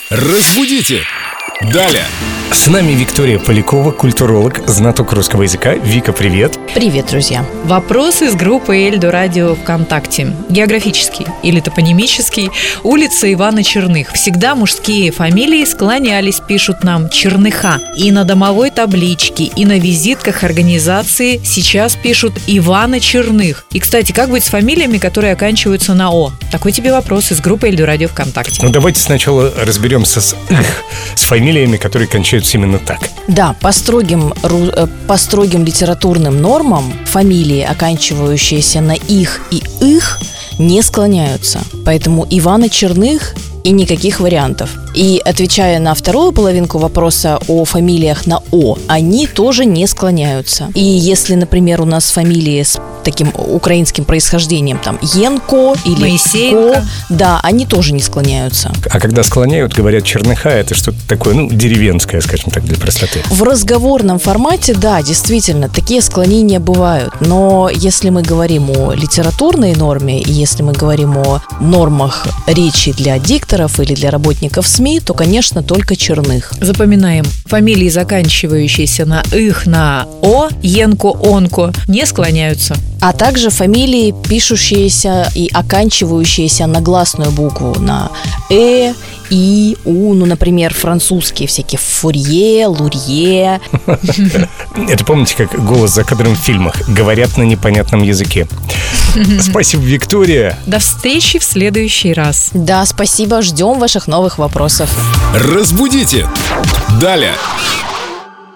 Разбудите! Далее! С нами Виктория Полякова, культуролог, знаток русского языка. Вика, привет. Привет, друзья. Вопрос из группы Эльдо Радио ВКонтакте. Географический или топонимический. Улица Ивана Черных. Всегда мужские фамилии склонялись, пишут нам, Черныха. И на домовой табличке, и на визитках организации сейчас пишут Ивана Черных. И, кстати, как быть с фамилиями, которые оканчиваются на «о»? Такой тебе вопрос из группы Эльдо Радио ВКонтакте. Ну, давайте сначала разберемся с фамилиями, которые кончаются именно так. Да, по строгим литературным нормам фамилии, оканчивающиеся на «их» и «их», не склоняются. Поэтому Ивана Черных и никаких вариантов. И отвечая на вторую половинку вопроса о фамилиях на «о», они тоже не склоняются. И если, например, у нас фамилии с таким украинским происхождением, там, Янко или Моисеенко, да, они тоже не склоняются. А когда склоняют, говорят Черныха, это что-то такое, деревенское, скажем так, для простоты. В разговорном формате, да, действительно, такие склонения бывают. Но если мы говорим о литературной норме, и если мы говорим о нормах речи для дикторов или для работников СМИ, то, конечно, только Черных. Запоминаем. Фамилии, заканчивающиеся на «их», на «о», Янко, Онко, не склоняются. А также фамилии, пишущиеся и оканчивающиеся на гласную букву, на «э», «и», «у», например, французские всякие Фурье, Лурье. Это помните, как голос за кадром в фильмах? Говорят на непонятном языке. Спасибо, Виктория. До встречи в следующий раз. Да, спасибо, ждем ваших новых вопросов. Разбудите! Далее!